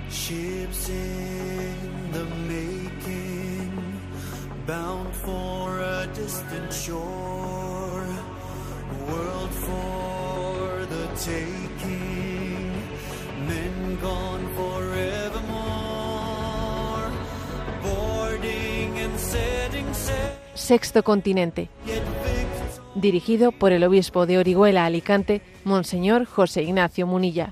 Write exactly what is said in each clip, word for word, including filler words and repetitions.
Ships in the making, bound for a distant shore, world for the taking, men gone forevermore, boarding and setting sail. Sexto Continente, dirigido por el obispo de Orihuela, Alicante, Monseñor José Ignacio Munilla.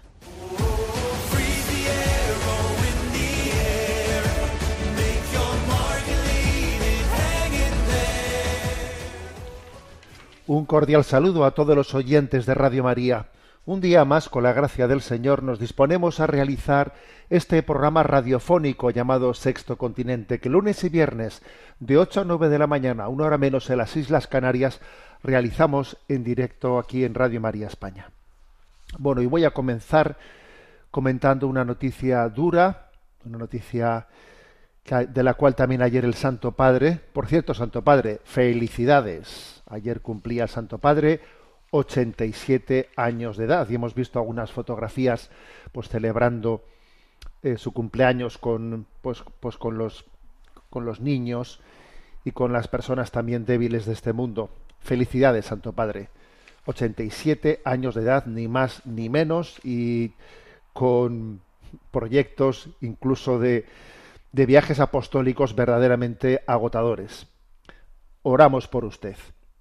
Un cordial saludo a todos los oyentes de Radio María. Un día más, con la gracia del Señor, nos disponemos a realizar este programa radiofónico llamado Sexto Continente, que lunes y viernes, de ocho a nueve de la mañana, una hora menos en las Islas Canarias, realizamos en directo aquí en Radio María España. Bueno, y voy a comenzar comentando una noticia dura, una noticia de la cual también ayer el Santo Padre, por cierto, Santo Padre, felicidades. Ayer cumplía el Santo Padre ochenta y siete años de edad y hemos visto algunas fotografías pues celebrando eh, su cumpleaños con pues pues con los con los niños y con las personas también débiles de este mundo. Felicidades, Santo Padre. ochenta y siete años de edad, ni más ni menos, y con proyectos incluso de de viajes apostólicos verdaderamente agotadores. Oramos por usted.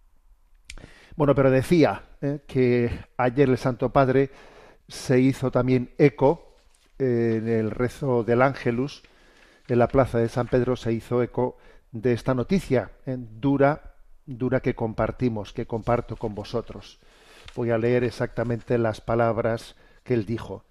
Bueno, pero decía eh, que ayer el Santo Padre se hizo también eco eh, en el rezo del Ángelus, en la plaza de San Pedro se hizo eco de esta noticia eh, dura, dura que compartimos, que comparto con vosotros. Voy a leer exactamente las palabras que él dijo.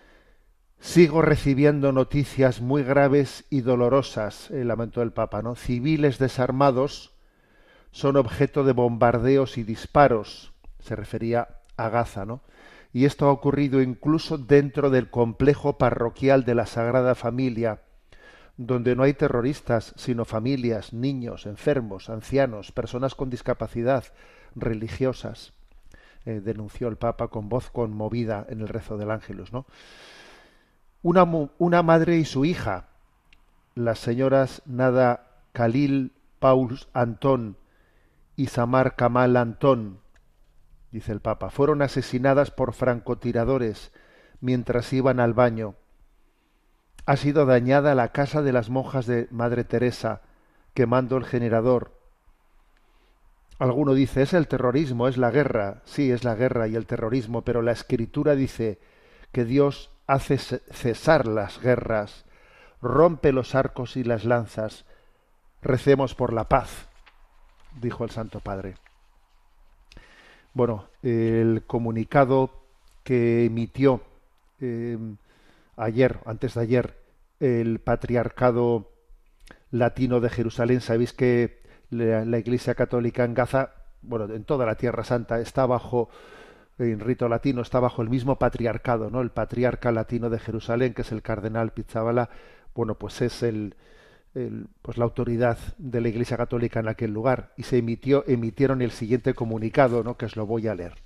Sigo recibiendo noticias muy graves y dolorosas, el lamento del Papa, ¿no? Civiles desarmados son objeto de bombardeos y disparos, se refería a Gaza, ¿no? Y esto ha ocurrido incluso dentro del complejo parroquial de la Sagrada Familia, donde no hay terroristas, sino familias, niños, enfermos, ancianos, personas con discapacidad, religiosas, eh, denunció el Papa con voz conmovida en el rezo del Ángelus, ¿no? Una, una madre y su hija, las señoras Nada Khalil Paul Antón y Samar Kamal Antón, dice el Papa, fueron asesinadas por francotiradores mientras iban al baño. Ha sido dañada la casa de las monjas de Madre Teresa, quemando el generador. Alguno dice, es el terrorismo, es la guerra. Sí, es la guerra y el terrorismo, pero la Escritura dice que Dios hace cesar las guerras, rompe los arcos y las lanzas. Recemos por la paz, dijo el Santo Padre. Bueno, el comunicado que emitió eh, ayer, antes de ayer, el Patriarcado Latino de Jerusalén, sabéis que la, la Iglesia Católica en Gaza, bueno, en toda la Tierra Santa, está bajo, en rito latino, está bajo el mismo patriarcado, ¿no? El Patriarca Latino de Jerusalén, que es el Cardenal Pizzaballa, bueno, pues es el El, pues la autoridad de la Iglesia Católica en aquel lugar, y se emitió emitieron el siguiente comunicado, ¿no? Que os lo voy a leer.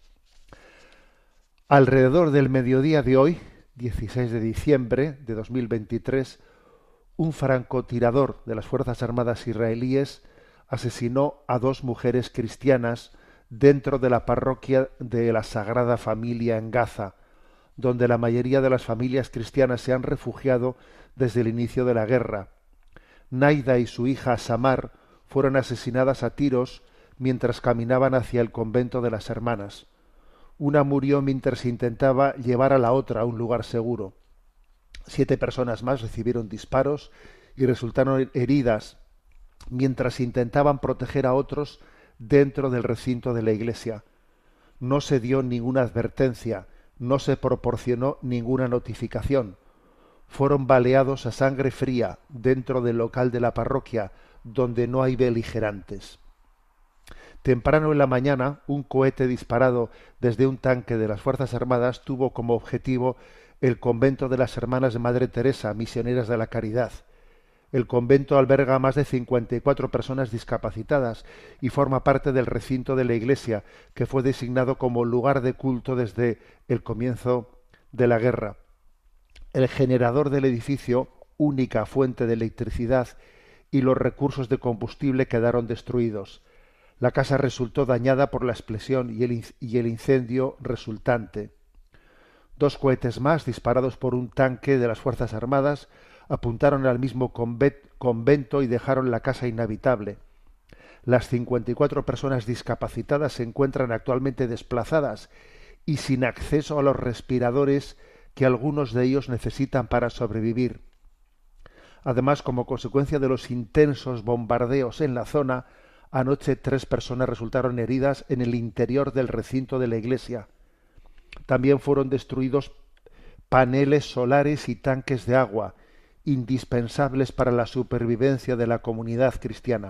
Alrededor del mediodía de hoy, dieciséis de diciembre de dos mil veintitrés, un francotirador de las Fuerzas Armadas israelíes asesinó a dos mujeres cristianas dentro de la parroquia de la Sagrada Familia en Gaza, donde la mayoría de las familias cristianas se han refugiado desde el inicio de la guerra. Naida y su hija Samar fueron asesinadas a tiros mientras caminaban hacia el convento de las hermanas. Una murió mientras intentaba llevar a la otra a un lugar seguro. Siete personas más recibieron disparos y resultaron heridas mientras intentaban proteger a otros dentro del recinto de la iglesia. No se dio ninguna advertencia, no se proporcionó ninguna notificación. Fueron baleados a sangre fría dentro del local de la parroquia, donde no hay beligerantes. Temprano en la mañana, un cohete disparado desde un tanque de las Fuerzas Armadas tuvo como objetivo el convento de las Hermanas de Madre Teresa, misioneras de la caridad. El convento alberga a más de cincuenta y cuatro personas discapacitadas y forma parte del recinto de la iglesia, que fue designado como lugar de culto desde el comienzo de la guerra. el generador del edificio, única fuente de electricidad, y los recursos de combustible quedaron destruidos. La casa resultó dañada por la explosión y el, y el incendio resultante. Dos cohetes más, disparados por un tanque de las Fuerzas Armadas, apuntaron al mismo convento y dejaron la casa inhabitable. Las cincuenta y cuatro personas discapacitadas se encuentran actualmente desplazadas y sin acceso a los respiradores que algunos de ellos necesitan para sobrevivir. Además, como consecuencia de los intensos bombardeos en la zona, anoche tres personas resultaron heridas en el interior del recinto de la iglesia. También fueron destruidos paneles solares y tanques de agua, indispensables para la supervivencia de la comunidad cristiana.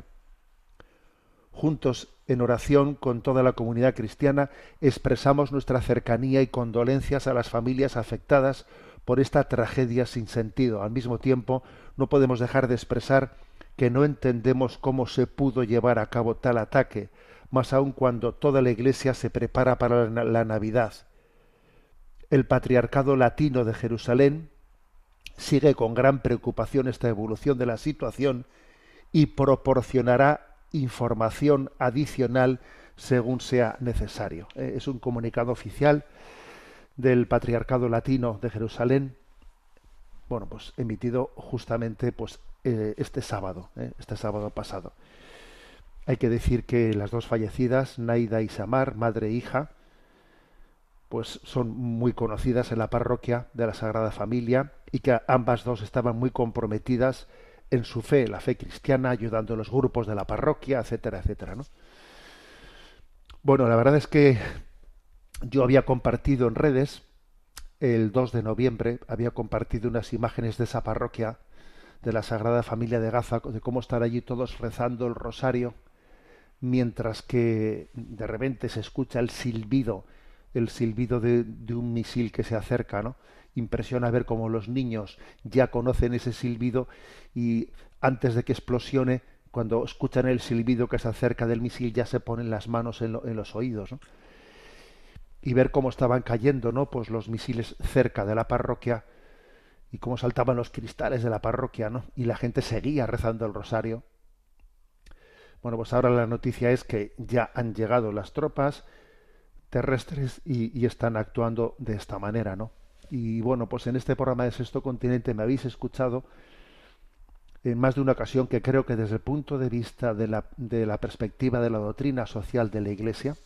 Juntos, en oración con toda la comunidad cristiana, expresamos nuestra cercanía y condolencias a las familias afectadas por esta tragedia sin sentido. Al mismo tiempo, no podemos dejar de expresar que no entendemos cómo se pudo llevar a cabo tal ataque, más aún cuando toda la Iglesia se prepara para la, la Navidad. El Patriarcado Latino de Jerusalén sigue con gran preocupación esta evolución de la situación y proporcionará información adicional según sea necesario. Eh, es un comunicado oficial del Patriarcado Latino de Jerusalén, bueno, pues emitido justamente pues eh, este sábado, eh, este sábado pasado. Hay que decir que las dos fallecidas, Naida y Samar, madre e hija, pues son muy conocidas en la parroquia de la Sagrada Familia y que ambas dos estaban muy comprometidas en su fe, la fe cristiana, ayudando a los grupos de la parroquia, etcétera, etcétera, ¿no? Bueno, la verdad es que yo había compartido en redes, el dos de noviembre, había compartido unas imágenes de esa parroquia de la Sagrada Familia de Gaza, de cómo estar allí todos rezando el rosario, mientras que de repente se escucha el silbido, el silbido de, de un misil que se acerca, ¿no? Impresiona ver cómo los niños ya conocen ese silbido y antes de que explosione, cuando escuchan el silbido que se acerca del misil, ya se ponen las manos en, lo, en los oídos, ¿no? Y ver cómo estaban cayendo, ¿no? Pues los misiles cerca de la parroquia y cómo saltaban los cristales de la parroquia, ¿no? Y la gente seguía rezando el rosario. Bueno, pues ahora la noticia es que ya han llegado las tropas terrestres y, y están actuando de esta manera, ¿no? Y bueno, pues en este programa de Sexto Continente me habéis escuchado en más de una ocasión que creo que desde el punto de vista de la, de la perspectiva de la doctrina social de la Iglesia,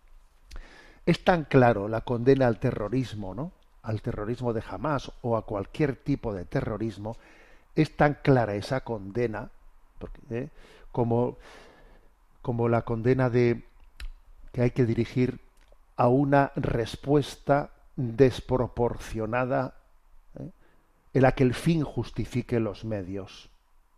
es tan claro la condena al terrorismo, ¿no? Al terrorismo de Hamás o a cualquier tipo de terrorismo, es tan clara esa condena, porque, ¿eh? como, como la condena de que hay que dirigir a una respuesta desproporcionada, ¿eh? en la que el fin justifique los medios.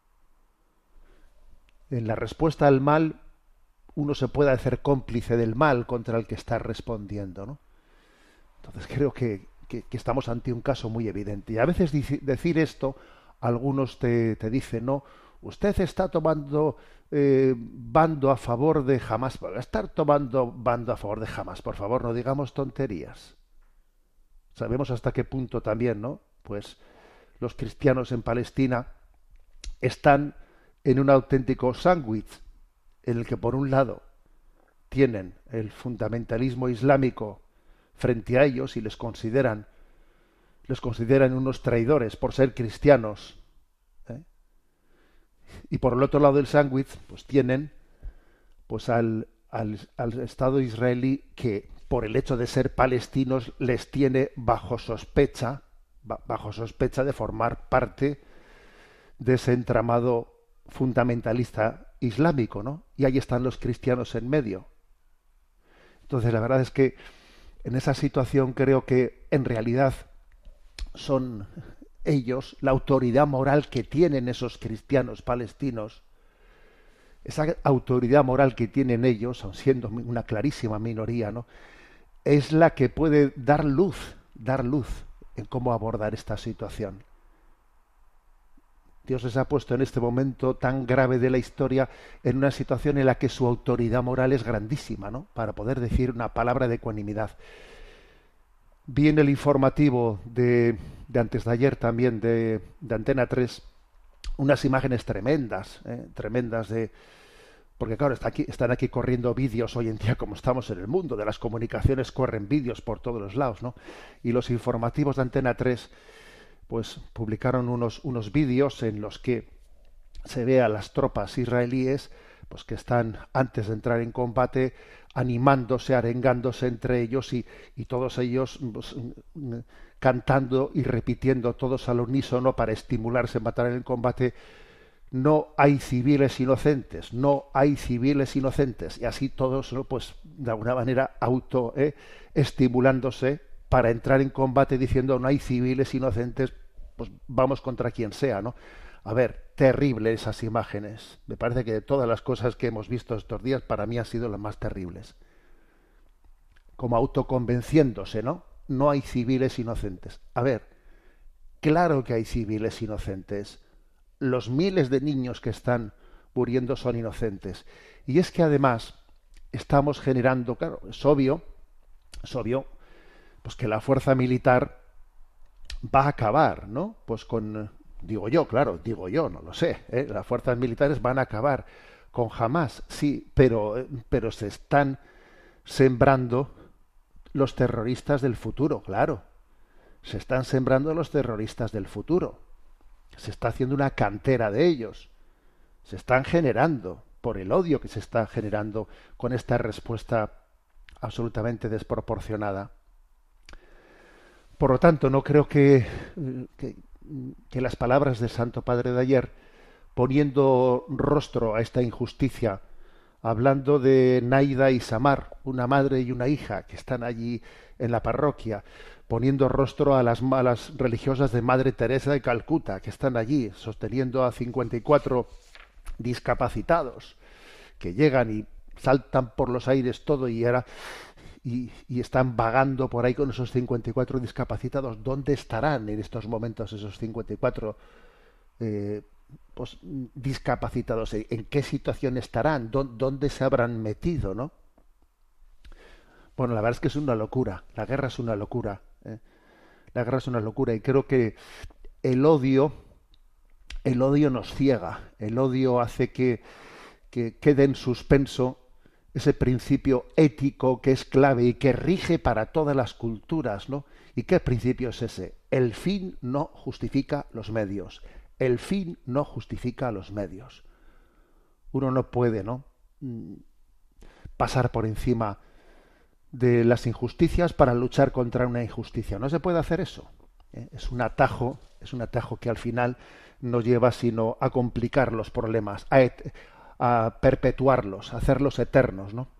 En la respuesta al mal, uno se puede hacer cómplice del mal contra el que está respondiendo, ¿no? Entonces creo que, que, que estamos ante un caso muy evidente. Y a veces dici, decir esto, algunos te, te dicen, no, usted está tomando eh, bando a favor de Hamás. Estar tomando bando a favor de Hamás, por favor, no digamos tonterías. Sabemos hasta qué punto también, ¿no? Pues los cristianos en Palestina están en un auténtico sándwich en el que por un lado tienen el fundamentalismo islámico frente a ellos y les consideran les consideran unos traidores por ser cristianos, ¿eh? Y por el otro lado del sándwich pues tienen pues al, al, al Estado israelí que por el hecho de ser palestinos les tiene bajo sospecha bajo sospecha de formar parte de ese entramado fundamentalista islámico, ¿no? Y ahí están los cristianos en medio. Entonces la verdad es que en esa situación creo que en realidad son ellos, la autoridad moral que tienen esos cristianos palestinos, esa autoridad moral que tienen ellos, aun siendo una clarísima minoría, ¿no? Es la que puede dar luz, dar luz en cómo abordar esta situación. Dios les ha puesto en este momento tan grave de la historia en una situación en la que su autoridad moral es grandísima, ¿no? Para poder decir una palabra de ecuanimidad. Vi en el informativo de, de antes de ayer también de, de Antena tres, unas imágenes tremendas, ¿eh? tremendas de... Porque claro, está aquí, están aquí corriendo vídeos hoy en día, como estamos en el mundo de las comunicaciones, corren vídeos por todos los lados, ¿no? Y los informativos de Antena tres, pues publicaron unos, unos vídeos en los que se ve a las tropas israelíes, pues que están, antes de entrar en combate, animándose, arengándose entre ellos y, y todos ellos pues, cantando y repitiendo todos al unísono para estimularse, matar en el combate: no hay civiles inocentes, no hay civiles inocentes. Y así todos, ¿no?, pues de alguna manera auto eh, estimulándose para entrar en combate diciendo: no hay civiles inocentes, pues vamos contra quien sea, ¿no? A ver, terrible esas imágenes. Me parece que de todas las cosas que hemos visto estos días, para mí han sido las más terribles. Como autoconvenciéndose, ¿no? No hay civiles inocentes. A ver, claro que hay civiles inocentes. Los miles de niños que están muriendo son inocentes. Y es que además estamos generando, claro, es obvio, es obvio, pues que la fuerza militar va a acabar, ¿no? Pues con, digo yo, claro, digo yo, no lo sé, ¿eh? Las fuerzas militares van a acabar con Hamás, sí, pero, pero se están sembrando los terroristas del futuro, claro. Se están sembrando los terroristas del futuro. Se está haciendo una cantera de ellos. Se están generando por el odio que se está generando con esta respuesta absolutamente desproporcionada. Por lo tanto, no creo que, que, que las palabras del Santo Padre de ayer, poniendo rostro a esta injusticia, hablando de Naida y Samar, una madre y una hija que están allí en la parroquia, poniendo rostro a las, a las religiosas de Madre Teresa de Calcuta, que están allí sosteniendo a cincuenta y cuatro discapacitados, que llegan y saltan por los aires todo y, era, y, y están vagando por ahí con esos cincuenta y cuatro discapacitados. ¿Dónde estarán en estos momentos esos cincuenta y cuatro eh, pues, discapacitados? ¿En qué situación estarán? ¿Dónde se habrán metido, no? Bueno, la verdad es que es una locura. La guerra es una locura. ¿eh? La guerra es una locura y creo que el odio, el odio nos ciega. El odio hace que, que quede en suspenso ese principio ético que es clave y que rige para todas las culturas, ¿no? ¿Y qué principio es ese? El fin no justifica los medios. El fin no justifica los medios. Uno no puede, ¿no?, pasar por encima de las injusticias para luchar contra una injusticia. No se puede hacer eso. ¿eh? Es un atajo, es un atajo que al final no lleva sino a complicar los problemas, a, et- a perpetuarlos, a hacerlos eternos, ¿no?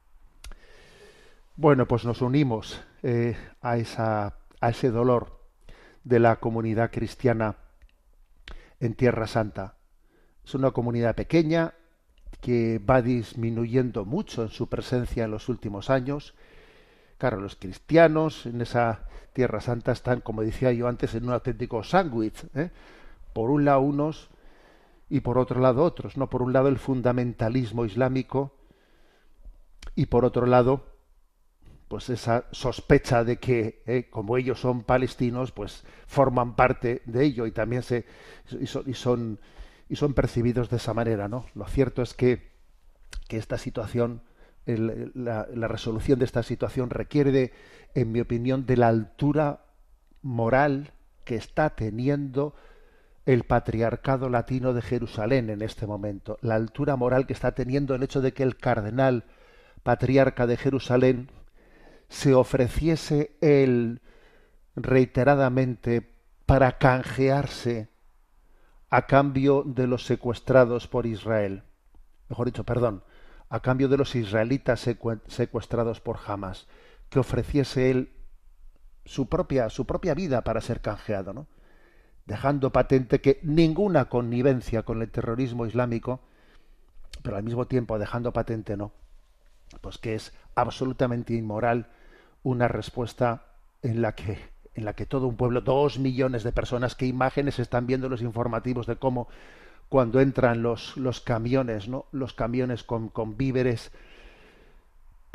Bueno, pues nos unimos eh, a esa, a ese dolor de la comunidad cristiana en Tierra Santa. Es una comunidad pequeña que va disminuyendo mucho en su presencia en los últimos años. Claro, los cristianos en esa Tierra Santa están, como decía yo antes, en un auténtico sándwich, ¿eh? Por un lado unos y por otro lado otros, ¿no? Por un lado el fundamentalismo islámico y por otro lado pues esa sospecha de que, ¿eh?, como ellos son palestinos, pues forman parte de ello y también se y son, y son y son percibidos de esa manera, ¿no? Lo cierto es que, que esta situación, el, la, la resolución de esta situación requiere, de, en mi opinión, de la altura moral que está teniendo el patriarcado latino de Jerusalén en este momento. La altura moral que está teniendo el hecho de que el cardenal patriarca de Jerusalén se ofreciese él reiteradamente para canjearse a cambio de los secuestrados por Israel. Mejor dicho, perdón, a cambio de los israelitas secuestrados por Hamás, que ofreciese él su propia, su propia vida para ser canjeado, ¿no? Dejando patente que ninguna connivencia con el terrorismo islámico, pero al mismo tiempo dejando patente, no, pues que es absolutamente inmoral una respuesta en la que en la que todo un pueblo, dos millones de personas, qué imágenes están viendo los informativos de cómo cuando entran los, los camiones, ¿no? Los camiones con, con víveres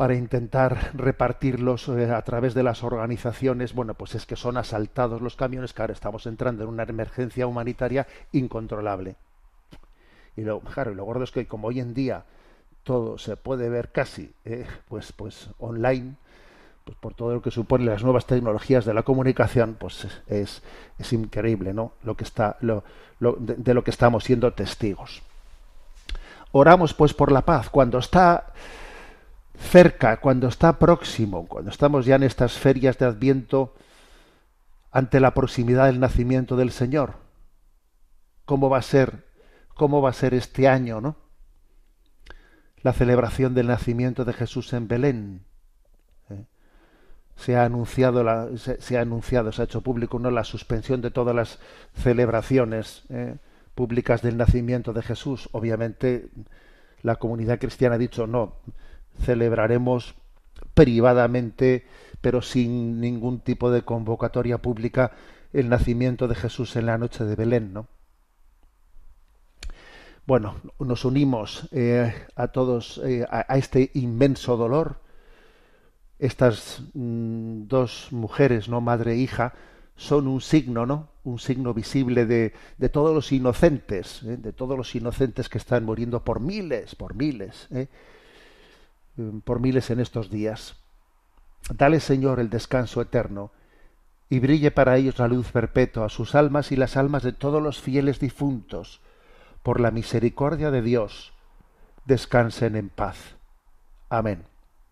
para intentar repartirlos eh, a través de las organizaciones, bueno, pues es que son asaltados los camiones, que ahora estamos entrando en una emergencia humanitaria incontrolable. Y lo, claro, y lo gordo es que como hoy en día todo se puede ver casi eh, pues, pues online, pues por todo lo que supone las nuevas tecnologías de la comunicación, pues es, es increíble, ¿no? Lo que está, lo, lo, de, de lo que estamos siendo testigos. Oramos pues por la paz cuando está cerca, cuando está próximo, cuando estamos ya en estas ferias de Adviento, ante la proximidad del nacimiento del Señor. ¿Cómo va a ser, cómo va a ser este año, ¿no? La celebración del nacimiento de Jesús en Belén. ¿Eh? Se ha anunciado, la, se, se ha anunciado, se ha hecho público, ¿no?, la suspensión de todas las celebraciones ¿eh? públicas del nacimiento de Jesús. Obviamente, la comunidad cristiana ha dicho no. Celebraremos privadamente, pero sin ningún tipo de convocatoria pública, el nacimiento de Jesús en la noche de Belén, ¿no? Bueno, nos unimos eh, a todos eh, a, a este inmenso dolor. Estas mm, dos mujeres, ¿no?, madre e hija, son un signo, ¿no? Un signo visible de, de todos los inocentes, ¿eh? de todos los inocentes que están muriendo por miles, por miles, ¿eh? por miles en estos días. Dale, Señor, el descanso eterno, y brille para ellos la luz perpetua, sus almas y las almas de todos los fieles difuntos, por la misericordia de Dios, descansen en paz. Amén.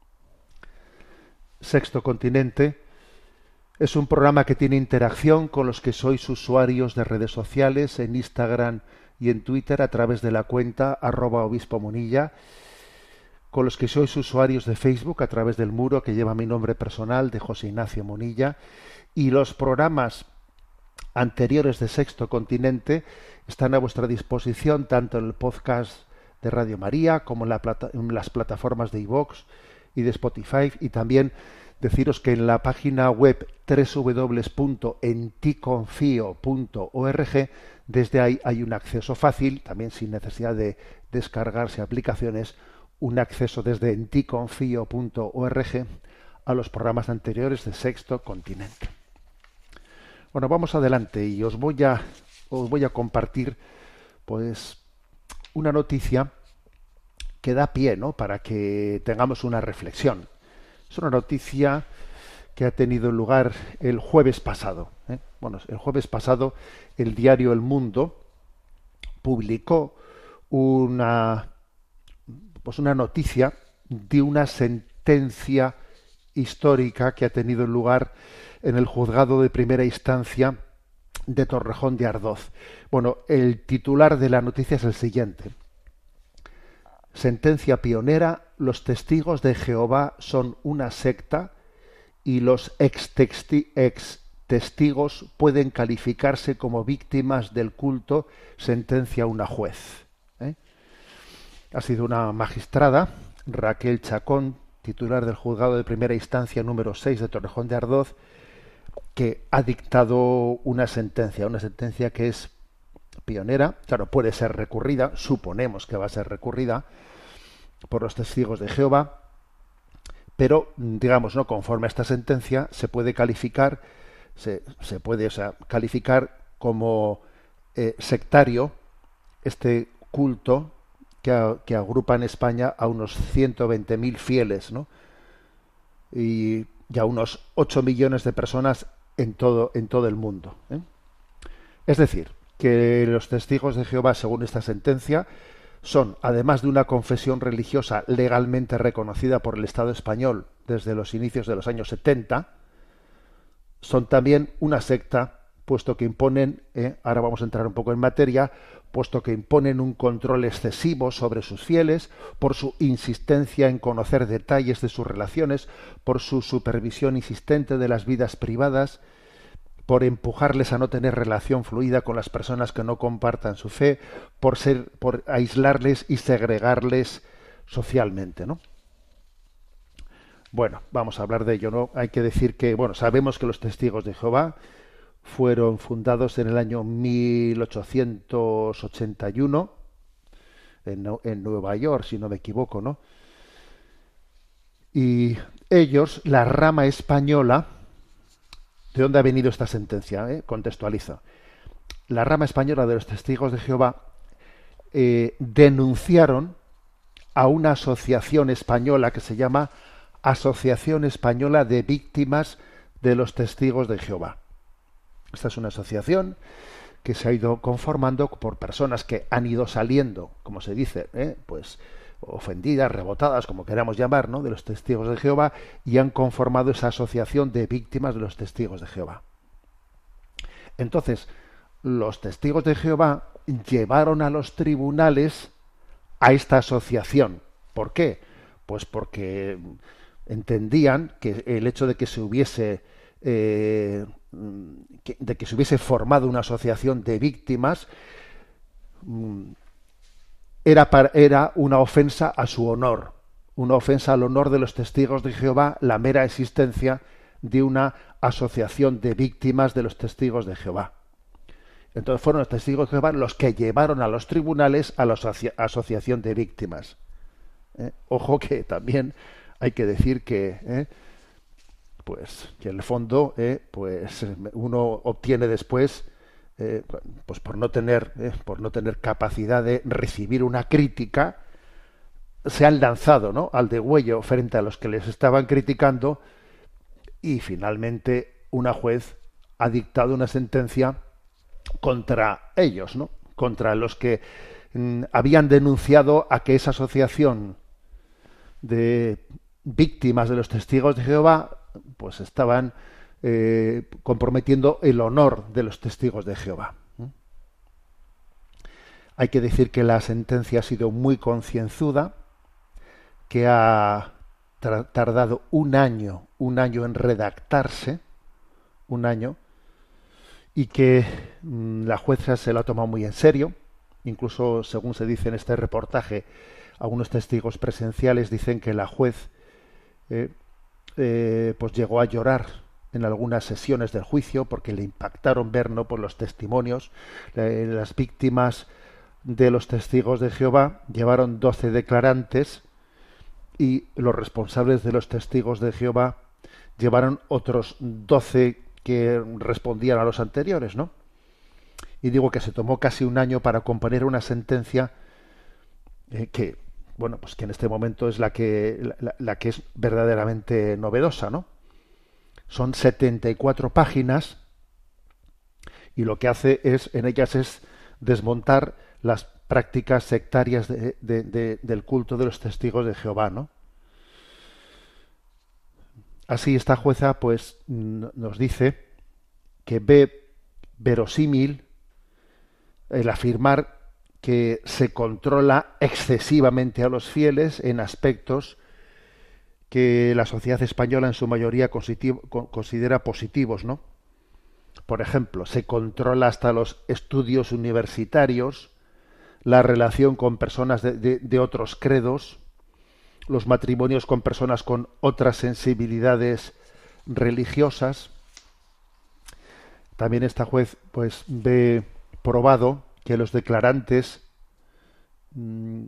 Sexto Continente es un programa que tiene interacción con los que sois usuarios de redes sociales, en Instagram y en Twitter, a través de la cuenta arroba obispo munilla, con los que sois usuarios de Facebook a través del muro que lleva mi nombre personal de José Ignacio Munilla, y los programas anteriores de Sexto Continente están a vuestra disposición tanto en el podcast de Radio María como en, la plata, en las plataformas de iVoox y de Spotify, y también deciros que en la página web doble u doble u doble u punto en ti confío punto org, desde ahí hay un acceso fácil, también sin necesidad de descargarse aplicaciones, un acceso desde en ti confío punto org a los programas anteriores de Sexto Continente. Bueno, vamos adelante y os voy a os voy a compartir pues una noticia que da pie, ¿no?, para que tengamos una reflexión. Es una noticia que ha tenido lugar el jueves pasado. ¿eh? Bueno, el jueves pasado el diario El Mundo publicó una pues una noticia de una sentencia histórica que ha tenido lugar en el juzgado de primera instancia de Torrejón de Ardoz. Bueno, el titular de la noticia es el siguiente: sentencia pionera, los testigos de Jehová son una secta y los ex, texti, ex testigos pueden calificarse como víctimas del culto, sentencia una juez. ¿Eh? Ha sido una magistrada, Raquel Chacón, titular del juzgado de primera instancia número seis de Torrejón de Ardoz, que ha dictado una sentencia, una sentencia que es pionera. Claro, puede ser recurrida, suponemos que va a ser recurrida por los testigos de Jehová, pero digamos, no, conforme a esta sentencia se puede calificar, se, se puede, o sea, calificar como eh, sectario este culto que, a, que agrupa en España a unos ciento veinte mil fieles, ¿no? Y, y a unos ocho millones de personas en todo, en todo el mundo. ¿eh? Es decir, que los testigos de Jehová, según esta sentencia, son, además de una confesión religiosa legalmente reconocida por el Estado español desde los inicios de los años setenta, son también una secta, puesto que imponen, eh, ahora vamos a entrar un poco en materia, puesto que imponen un control excesivo sobre sus fieles, por su insistencia en conocer detalles de sus relaciones, por su supervisión insistente de las vidas privadas, por empujarles a no tener relación fluida con las personas que no compartan su fe, por ser, por aislarles y segregarles socialmente, ¿no? Bueno, vamos a hablar de ello, ¿no? Hay que decir que, bueno, sabemos que los testigos de Jehová fueron fundados en el año mil ochocientos ochenta y uno en, en Nueva York, si no me equivoco, ¿no? Y ellos, la rama española, ¿de dónde ha venido esta sentencia? ¿Eh? Contextualiza. La rama española de los Testigos de Jehová eh, denunciaron a una asociación española que se llama Asociación Española de Víctimas de los Testigos de Jehová. Esta es una asociación que se ha ido conformando por personas que han ido saliendo, como se dice, ¿eh? pues ofendidas, rebotadas, como queramos llamar, ¿no? de los Testigos de Jehová, y han conformado esa asociación de víctimas de los Testigos de Jehová. Entonces, los Testigos de Jehová llevaron a los tribunales a esta asociación. ¿Por qué? Pues porque entendían que el hecho de que se hubiese eh, que, de que se hubiese formado una asociación de víctimas era, para, era una ofensa a su honor, una ofensa al honor de los Testigos de Jehová, la mera existencia de una asociación de víctimas de los Testigos de Jehová. Entonces fueron los Testigos de Jehová los que llevaron a los tribunales a la asocia asociación de víctimas. ¿Eh? Ojo que también hay que decir que, ¿eh? pues, que en el fondo, ¿eh? pues uno obtiene después, eh, pues por no tener, ¿eh? por no tener capacidad de recibir una crítica, se han lanzado, ¿no? al degüello frente a los que les estaban criticando, y finalmente una juez ha dictado una sentencia contra ellos, ¿no? Contra los que mm, habían denunciado a que esa asociación de víctimas de los Testigos de Jehová pues estaban eh, comprometiendo el honor de los Testigos de Jehová. ¿Mm? Hay que decir que la sentencia ha sido muy concienzuda, que ha tardado un año, un año en redactarse, un año, y que mmm, la jueza se lo ha tomado muy en serio. Incluso, según se dice en este reportaje, algunos testigos presenciales dicen que la juez eh, eh, pues llegó a llorar en algunas sesiones del juicio porque le impactaron ver, ¿no? por los testimonios. Eh, las víctimas de los Testigos de Jehová llevaron doce declarantes y los responsables de los Testigos de Jehová llevaron otros doce que respondían a los anteriores, ¿no? Y digo que se tomó casi un año para componer una sentencia eh, que, bueno, pues que en este momento es la que la, la que es verdaderamente novedosa, ¿no? Son setenta y cuatro páginas y lo que hace es en ellas es desmontar las prácticas sectarias de, de, de, del culto de los Testigos de Jehová, ¿no? Así esta jueza pues nos dice que ve verosímil el afirmar que se controla excesivamente a los fieles en aspectos que la sociedad española en su mayoría considera positivos, ¿no? Por ejemplo, se controla hasta los estudios universitarios, la relación con personas de, de, de otros credos, los matrimonios con personas con otras sensibilidades religiosas. También esta juez pues ve probado que los declarantes mmm,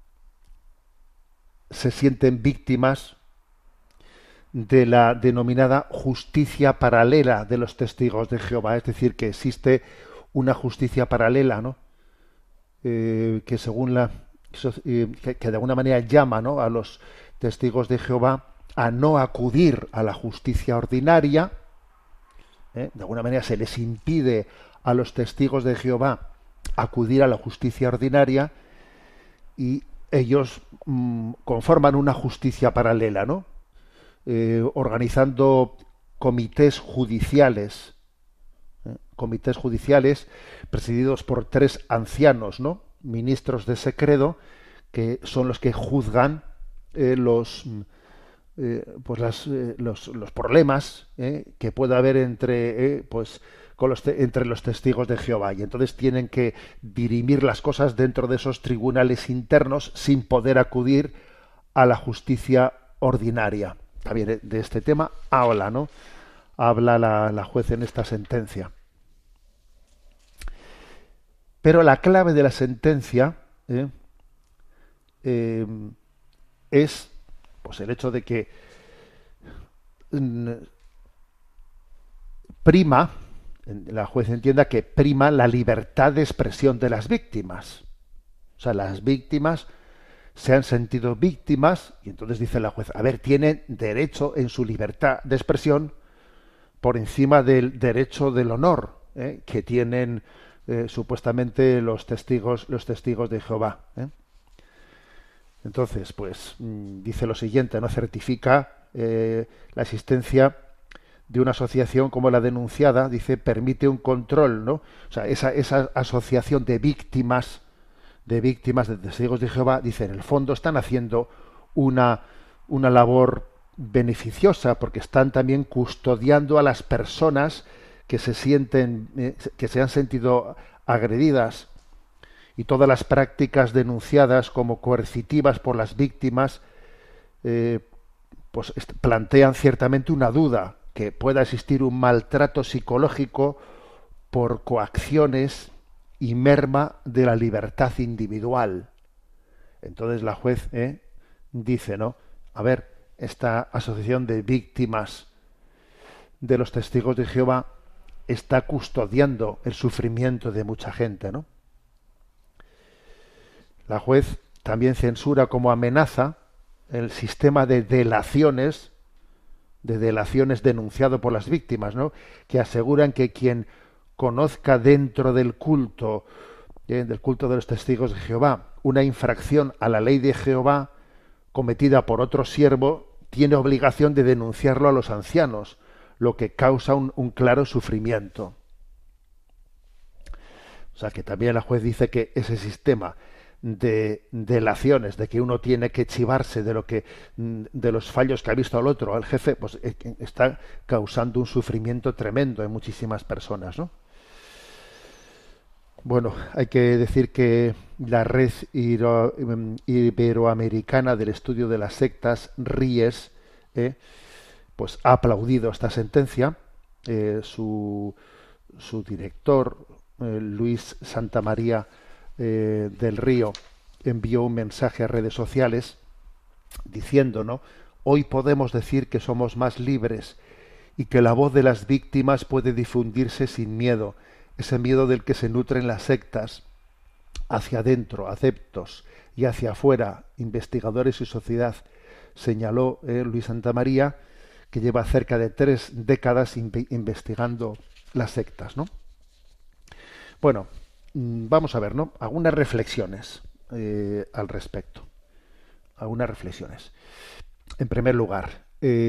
se sienten víctimas de la denominada justicia paralela de los Testigos de Jehová, es decir, que existe una justicia paralela, ¿no? Eh, que según la que, que de alguna manera llama, ¿no? a los Testigos de Jehová a no acudir a la justicia ordinaria. ¿eh? De alguna manera se les impide a los Testigos de Jehová acudir a la justicia ordinaria y ellos mmm, conforman una justicia paralela, ¿no? Eh, organizando comités judiciales, ¿eh? comités judiciales presididos por tres ancianos, ¿no? ministros de ese credo, que son los que juzgan eh, los, eh, pues las, eh, los, los problemas eh, que pueda haber entre, eh, pues, con los te entre los Testigos de Jehová. Y entonces tienen que dirimir las cosas dentro de esos tribunales internos sin poder acudir a la justicia ordinaria. También de este tema habla, ¿no? Habla la, la juez en esta sentencia. Pero la clave de la sentencia ¿eh? Eh, es Pues el hecho de que mm, prima, la juez entienda que prima la libertad de expresión de las víctimas. O sea, las víctimas se han sentido víctimas y entonces dice la juez, a ver, tienen derecho en su libertad de expresión por encima del derecho del honor, ¿eh? que tienen eh, supuestamente los testigos, los testigos de Jehová. ¿eh? Entonces, pues mmm, dice lo siguiente, no certifica eh, la existencia de una asociación como la denunciada, dice, permite un control, ¿no? O sea, esa, esa asociación de víctimas, de víctimas de testigos de Jehová, dice, en el fondo están haciendo una, una labor beneficiosa, porque están también custodiando a las personas que se sienten, eh, que se han sentido agredidas, y todas las prácticas denunciadas como coercitivas por las víctimas, eh, pues plantean ciertamente una duda que pueda existir un maltrato psicológico por coacciones y merma de la libertad individual. Entonces la juez eh, dice, ¿no? A ver, esta asociación de víctimas de los testigos de Jehová está custodiando el sufrimiento de mucha gente, ¿no? La juez también censura como amenaza el sistema de delaciones, de delaciones denunciado por las víctimas, ¿no? Que aseguran que quien conozca dentro del culto, eh, del culto de los testigos de Jehová, una infracción a la ley de Jehová cometida por otro siervo, tiene obligación de denunciarlo a los ancianos, lo que causa un, un claro sufrimiento. O sea que también la juez dice que ese sistema de delaciones, de que uno tiene que chivarse de lo que de los fallos que ha visto al otro, al jefe, pues está causando un sufrimiento tremendo en muchísimas personas, ¿no? Bueno, hay que decir que la red iberoamericana del estudio de las sectas, RIES, eh, pues ha aplaudido esta sentencia. Eh, su, su director, eh, Luis Santamaría eh, del Río, envió un mensaje a redes sociales diciendo, ¿no? Hoy podemos decir que somos más libres y que la voz de las víctimas puede difundirse sin miedo, ese miedo del que se nutren las sectas, hacia adentro, adeptos, y hacia afuera, investigadores y sociedad, señaló eh, Luis Santamaría, que lleva cerca de tres décadas in- investigando las sectas, ¿no? Bueno, mmm, vamos a ver, ¿no? Algunas reflexiones eh, al respecto. Algunas reflexiones. En primer lugar, eh,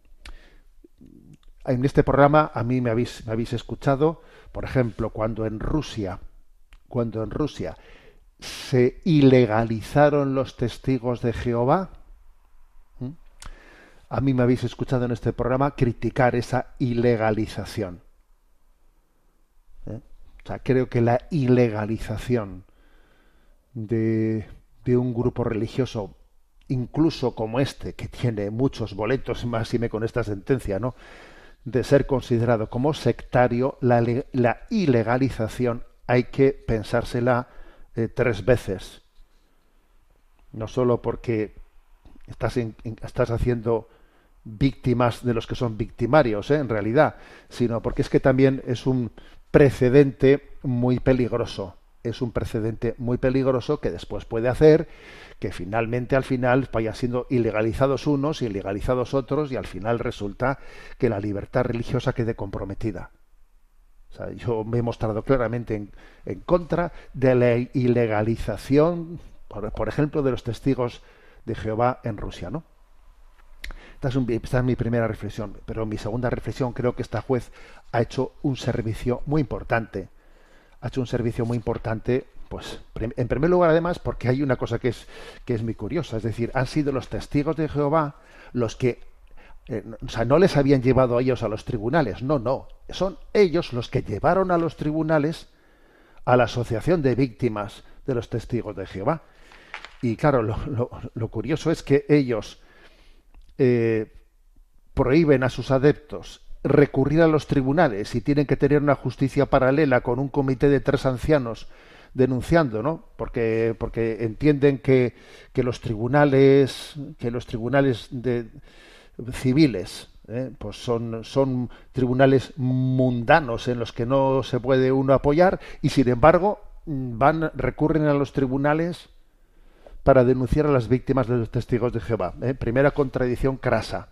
en este programa a mí me habéis, me habéis escuchado, por ejemplo, cuando en Rusia, cuando en Rusia se ilegalizaron los testigos de Jehová, ¿Mm? a mí me habéis escuchado en este programa criticar esa ilegalización. ¿Eh? O sea, creo que la ilegalización de, de un grupo religioso, incluso como este, que tiene muchos boletos, más y me con esta sentencia, ¿no?, de ser considerado como sectario, la, la ilegalización hay que pensársela eh, tres veces. No solo porque estás, en, estás haciendo víctimas de los que son victimarios, ¿eh? en realidad, sino porque es que también es un precedente muy peligroso. Es un precedente muy peligroso que después puede hacer que finalmente al final vayan siendo ilegalizados unos y ilegalizados otros, y al final resulta que la libertad religiosa quede comprometida. O sea, yo me he mostrado claramente en, en contra de la ilegalización, por, por ejemplo, de los testigos de Jehová en Rusia, ¿no? Esta es, un, esta es mi primera reflexión, pero mi segunda reflexión, creo que esta juez ha hecho un servicio muy importante. Ha hecho un servicio muy importante, pues, en primer lugar, además, porque hay una cosa que es, que es muy curiosa, es decir, han sido los testigos de Jehová los que, eh, o sea, no les habían llevado a ellos a los tribunales, no, no, son ellos los que llevaron a los tribunales a la asociación de víctimas de los testigos de Jehová. Y claro, lo, lo, lo curioso es que ellos eh, prohíben a sus adeptos recurrir a los tribunales y tienen que tener una justicia paralela con un comité de tres ancianos denunciando, ¿no? Porque, porque entienden que, que los tribunales, que los tribunales de, civiles, ¿eh? pues son, son tribunales mundanos en los que no se puede uno apoyar, y sin embargo van, recurren a los tribunales para denunciar a las víctimas de los testigos de Jehová. ¿eh? Primera contradicción crasa.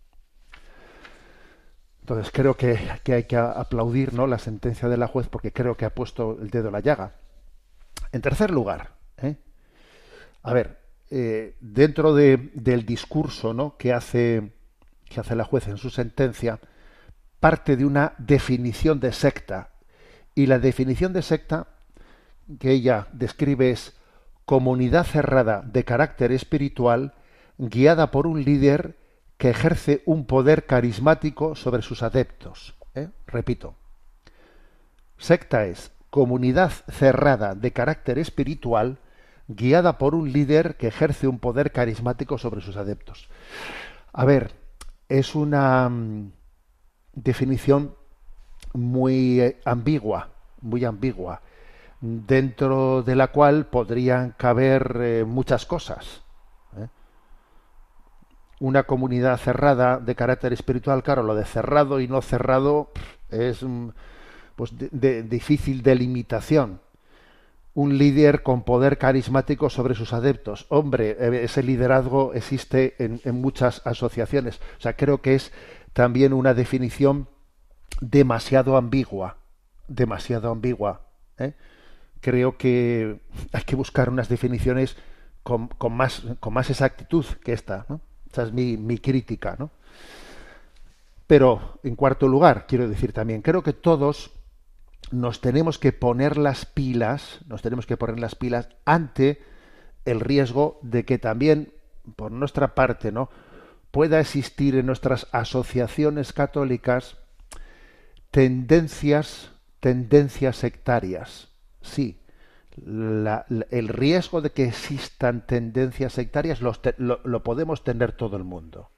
Entonces creo que, que hay que aplaudir, ¿no?, la sentencia de la juez, porque creo que ha puesto el dedo en la llaga. En tercer lugar, ¿eh? a ver, eh, dentro de, del discurso, ¿no?, que hace, que hace la juez en su sentencia, parte de una definición de secta. Y la definición de secta que ella describe es comunidad cerrada de carácter espiritual guiada por un líder que ejerce un poder carismático sobre sus adeptos. ¿eh? Repito, secta es comunidad cerrada de carácter espiritual guiada por un líder que ejerce un poder carismático sobre sus adeptos. A ver, es una mm, definición muy eh, ambigua, muy ambigua, dentro de la cual podrían caber eh, muchas cosas. ¿eh? Una comunidad cerrada de carácter espiritual, claro, lo de cerrado y no cerrado es pues de, de difícil delimitación. Un líder con poder carismático sobre sus adeptos. Hombre, ese liderazgo existe en, en muchas asociaciones. O sea, creo que es también una definición demasiado ambigua. Demasiado ambigua. ¿eh? Creo que hay que buscar unas definiciones con, con, más, con más exactitud que esta, ¿no? Esa es mi, mi crítica, ¿no? Pero, en cuarto lugar, quiero decir también, creo que todos nos tenemos que poner las pilas, nos tenemos que poner las pilas ante el riesgo de que también, por nuestra parte, ¿no?, pueda existir en nuestras asociaciones católicas tendencias, tendencias sectarias. Sí, la, la, el riesgo de que existan tendencias sectarias los te, lo, lo podemos tener todo el mundo.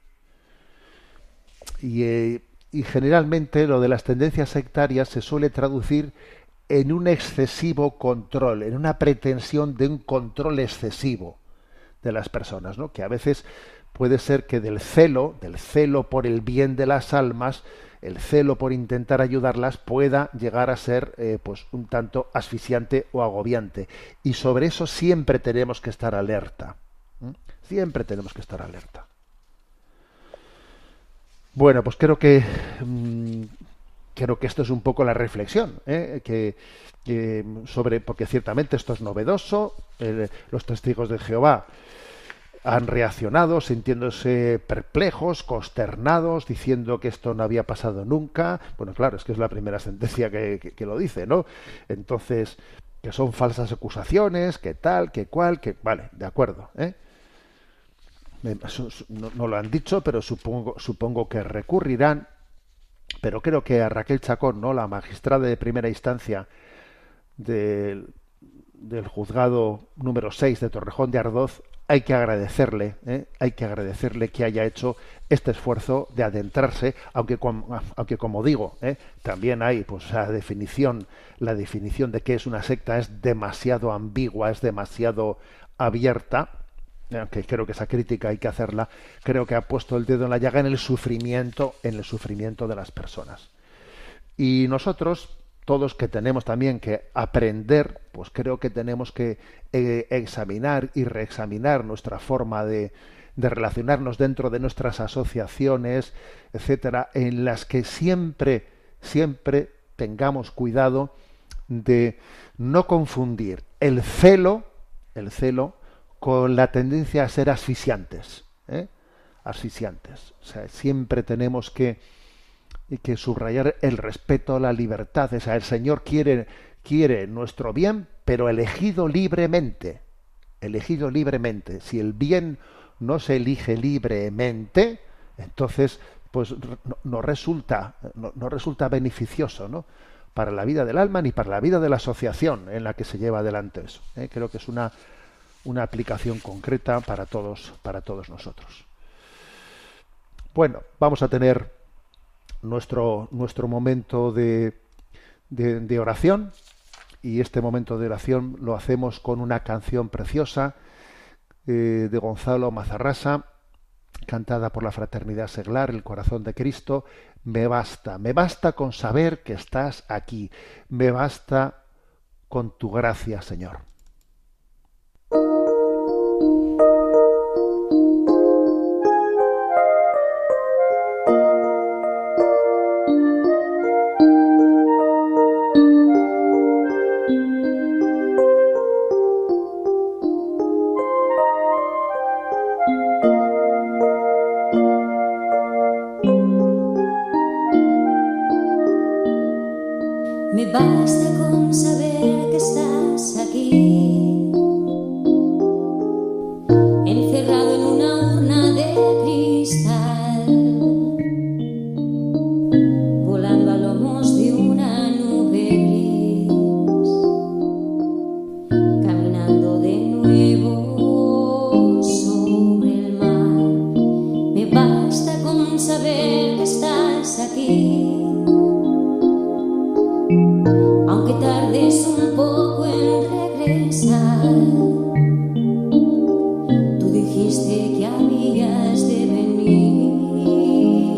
Y, eh, y generalmente lo de las tendencias sectarias se suele traducir en un excesivo control, en una pretensión de un control excesivo de las personas, ¿no? Que a veces puede ser que del celo, del celo por el bien de las almas, el celo por intentar ayudarlas pueda llegar a ser eh, pues un tanto asfixiante o agobiante. Y sobre eso siempre tenemos que estar alerta. ¿Mm? Siempre tenemos que estar alerta. Bueno, pues creo que mmm, creo que esto es un poco la reflexión, ¿eh? que, que sobre, porque ciertamente esto es novedoso. Eh, los testigos de Jehová han reaccionado sintiéndose perplejos, consternados, diciendo que esto no había pasado nunca. Bueno, claro, es que es la primera sentencia que, que, que lo dice, ¿no? Entonces, que son falsas acusaciones, que tal, que cual, que... Vale, de acuerdo, ¿eh? No, no lo han dicho, pero supongo, supongo que recurrirán. Pero creo que a Raquel Chacón, ¿no?, la magistrada de primera instancia del, del juzgado número seis de Torrejón de Ardoz, hay que agradecerle, ¿eh? hay que agradecerle que haya hecho este esfuerzo de adentrarse, aunque, aunque como digo, ¿eh? también hay pues la definición, la definición de qué es una secta es demasiado ambigua, es demasiado abierta, aunque creo que esa crítica hay que hacerla. Creo que ha puesto el dedo en la llaga en el sufrimiento, en el sufrimiento de las personas. Y nosotros, todos que tenemos también que aprender, pues creo que tenemos que eh, examinar y reexaminar nuestra forma de, de relacionarnos dentro de nuestras asociaciones, etcétera, en las que siempre, siempre tengamos cuidado de no confundir el celo, el celo, con la tendencia a ser asfixiantes, ¿eh? asfixiantes. O sea, siempre tenemos que y que subrayar el respeto a la libertad. O sea, el Señor quiere, quiere nuestro bien, pero elegido libremente. Elegido libremente. Si el bien no se elige libremente, entonces pues no, no resulta, no, no resulta beneficioso, ¿no?, para la vida del alma ni para la vida de la asociación en la que se lleva adelante eso. ¿eh? Creo que es una, una aplicación concreta para todos, para todos nosotros. Bueno, vamos a tener nuestro nuestro momento de, de, de oración, y este momento de oración lo hacemos con una canción preciosa eh, de Gonzalo Mazarrasa, cantada por la Fraternidad Seglar, El Corazón de Cristo. Me basta, me basta con saber que estás aquí, me basta con tu gracia, Señor. Me basta con saber que estás aquí, encerrado en una urna de cristal, volando a lomos de una nube gris, caminando de nuevo sobre el mar. Me basta con saber que estás aquí, aunque tardes un poco en regresar. Tú dijiste que habías de venir.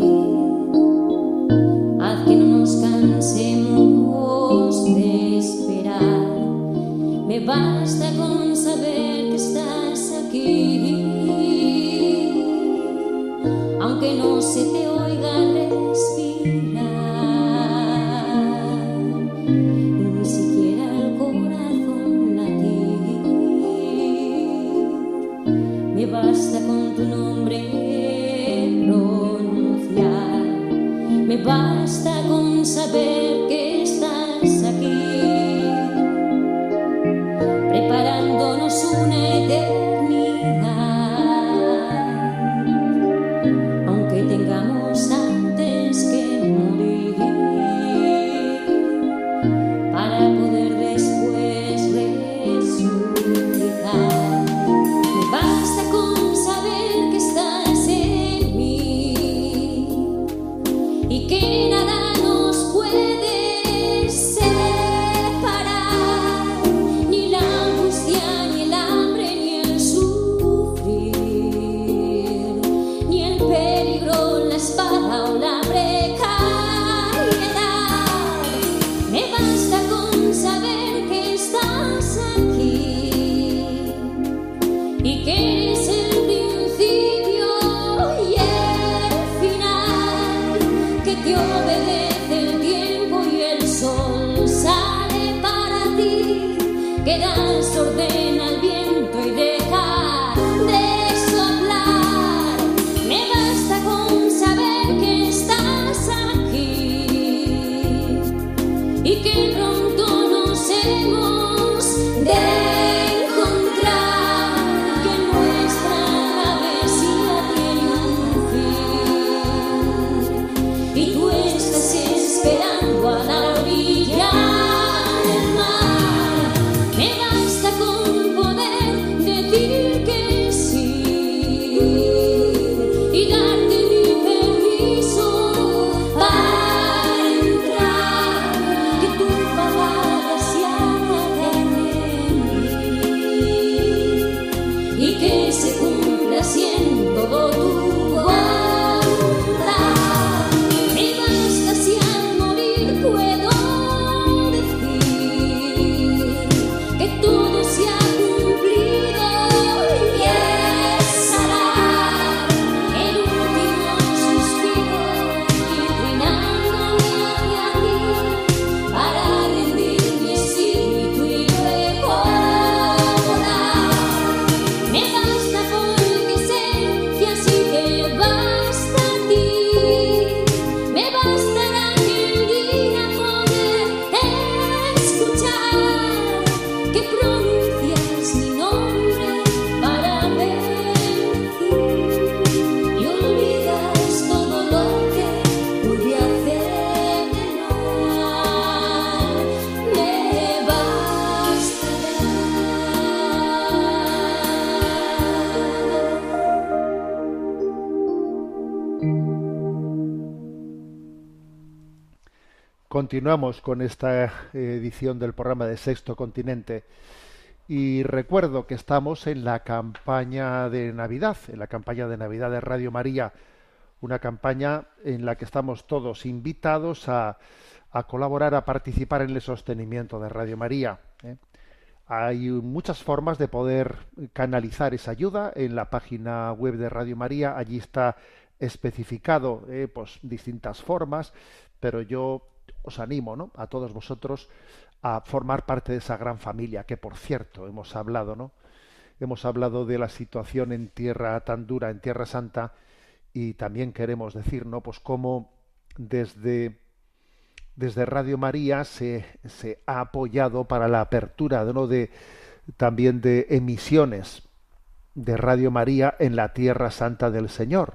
Haz que no nos cansemos de esperar. Me basta con saber que estás aquí, aunque no se te oiga respirar. Me basta con tu nombre pronunciar, me basta con saber que estás aquí, preparándonos una eternidad, aunque tengamos antes que morir, para poder después resucitar. Basta con saber que estás en mí y que nada nos puede separar, ni la angustia, ni el hambre, ni el sufrir, ni el peligro, la espada o la precariedad. Me basta con saber que estás aquí y que eres el principio y el final, que te obedece el tiempo y el sol sale para ti, que das orden al viento y deja de soplar. Me basta con saber que estás aquí y que pronto nos hemos de esperando a la orilla del mar. Me basta con poder decir que sí y darte mi permiso para entrar, que tu palabra sea continuamos con esta edición del programa de Sexto Continente y recuerdo que estamos en la campaña de Navidad, en la campaña de Navidad de Radio María, una campaña en la que estamos todos invitados a, a colaborar, a participar en el sostenimiento de Radio María, ¿eh? Hay muchas formas de poder canalizar esa ayuda en la página web de Radio María, allí está especificado eh, pues distintas formas, pero yo os animo, ¿no?, a todos vosotros a formar parte de esa gran familia que, por cierto, hemos hablado, ¿no? Hemos hablado de la situación en tierra tan dura, en Tierra Santa, y también queremos decir, ¿no?, pues cómo desde, desde Radio María se, se ha apoyado para la apertura, ¿no?, de también de emisiones de Radio María en la Tierra Santa del Señor.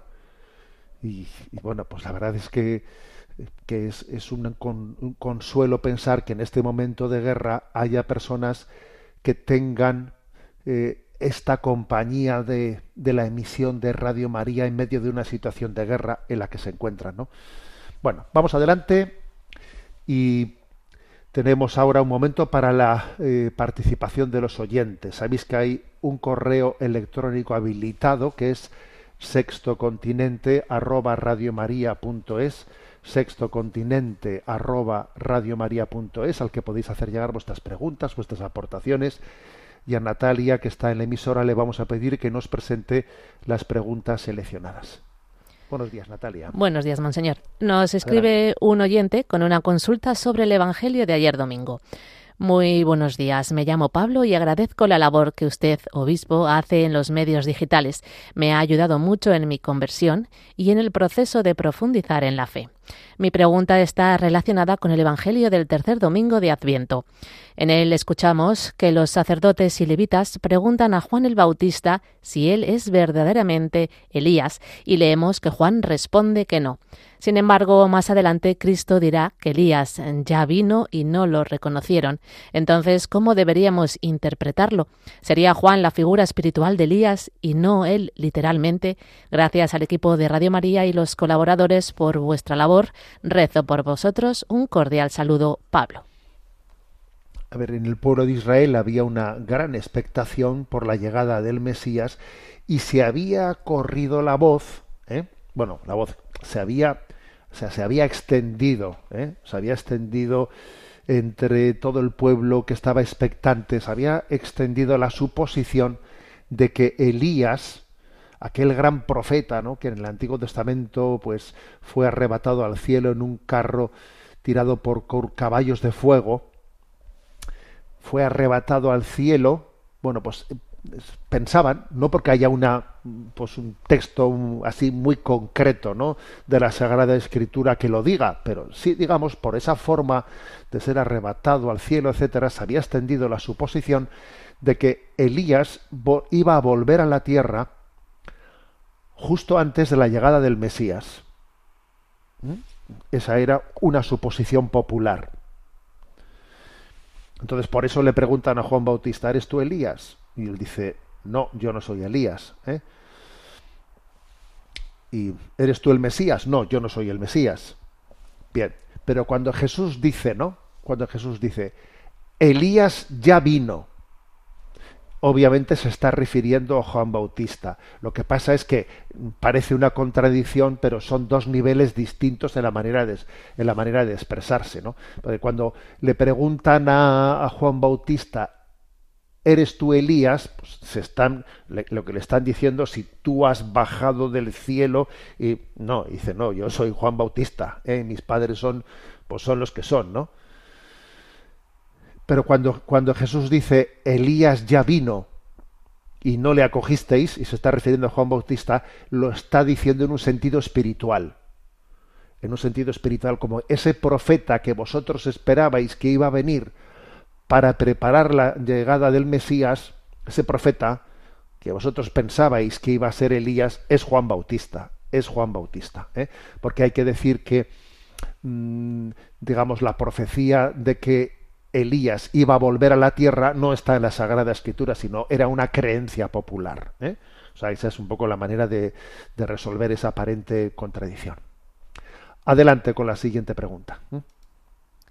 Y, y bueno, pues la verdad es que, que es, es un, con, un consuelo pensar que en este momento de guerra haya personas que tengan eh, esta compañía de, de la emisión de Radio María en medio de una situación de guerra en la que se encuentran, ¿no? Bueno, vamos adelante y tenemos ahora un momento para la eh, participación de los oyentes. Sabéis que hay un correo electrónico habilitado que es sextocontinente arroba radiomaria.es, sextocontinente arroba radiomaria.es, al que podéis hacer llegar vuestras preguntas, vuestras aportaciones, y a Natalia, que está en la emisora, le vamos a pedir que nos presente las preguntas seleccionadas. Buenos días, Natalia. Buenos días, monseñor. Nos escribe Adelante. Un oyente con una consulta sobre el Evangelio de ayer domingo. Muy buenos días, me llamo Pablo y agradezco la labor que usted, obispo, hace en los medios digitales. Me ha ayudado mucho en mi conversión y en el proceso de profundizar en la fe. Mi pregunta está relacionada con el Evangelio del tercer domingo de Adviento. En él escuchamos que los sacerdotes y levitas preguntan a Juan el Bautista si él es verdaderamente Elías y leemos que Juan responde que no. Sin embargo, más adelante Cristo dirá que Elías ya vino y no lo reconocieron. Entonces, ¿cómo deberíamos interpretarlo? ¿Sería Juan la figura espiritual de Elías y no él literalmente? Gracias al equipo de Radio María y los colaboradores por vuestra labor. Rezo por vosotros. Un cordial saludo, Pablo. A ver, en el pueblo de Israel había una gran expectación por la llegada del Mesías y se había corrido la voz, ¿eh? bueno, la voz se había, o sea, se había extendido, ¿eh? se había extendido entre todo el pueblo que estaba expectante, se había extendido la suposición de que Elías, aquel gran profeta, ¿no?, que en el Antiguo Testamento pues fue arrebatado al cielo en un carro tirado por caballos de fuego, fue arrebatado al cielo. Bueno, pues pensaban, no porque haya una pues un texto un, así muy concreto, ¿no?, de la Sagrada Escritura que lo diga, pero sí, digamos, por esa forma de ser arrebatado al cielo, etcétera, se había extendido la suposición de que Elías iba a volver a la tierra justo antes de la llegada del Mesías. ¿Mm? Esa era una suposición popular. Entonces, por eso le preguntan a Juan Bautista, ¿eres tú Elías? Y él dice, no, yo no soy Elías. ¿eh? ¿Y eres tú el Mesías? No, yo no soy el Mesías. Bien, pero cuando Jesús dice, ¿no? Cuando Jesús dice, Elías ya vino, obviamente se está refiriendo a Juan Bautista. Lo que pasa es que parece una contradicción, pero son dos niveles distintos en la manera de, en la manera de expresarse, ¿no? Porque cuando le preguntan a, a Juan Bautista, ¿eres tú Elías?, pues se están, le, lo que le están diciendo, si tú has bajado del cielo, y no, dice, no, yo soy Juan Bautista, ¿eh? mis padres son, pues son los que son, ¿no? Pero cuando, cuando Jesús dice, Elías ya vino y no le acogisteis, y se está refiriendo a Juan Bautista, lo está diciendo en un sentido espiritual. En un sentido espiritual, como ese profeta que vosotros esperabais que iba a venir para preparar la llegada del Mesías, ese profeta que vosotros pensabais que iba a ser Elías, es Juan Bautista, es Juan Bautista, ¿eh? Porque hay que decir que, mmm, digamos, la profecía de que Elías iba a volver a la tierra no está en la Sagrada Escritura, sino era una creencia popular, ¿eh? O sea, esa es un poco la manera de, de resolver esa aparente contradicción. Adelante con la siguiente pregunta.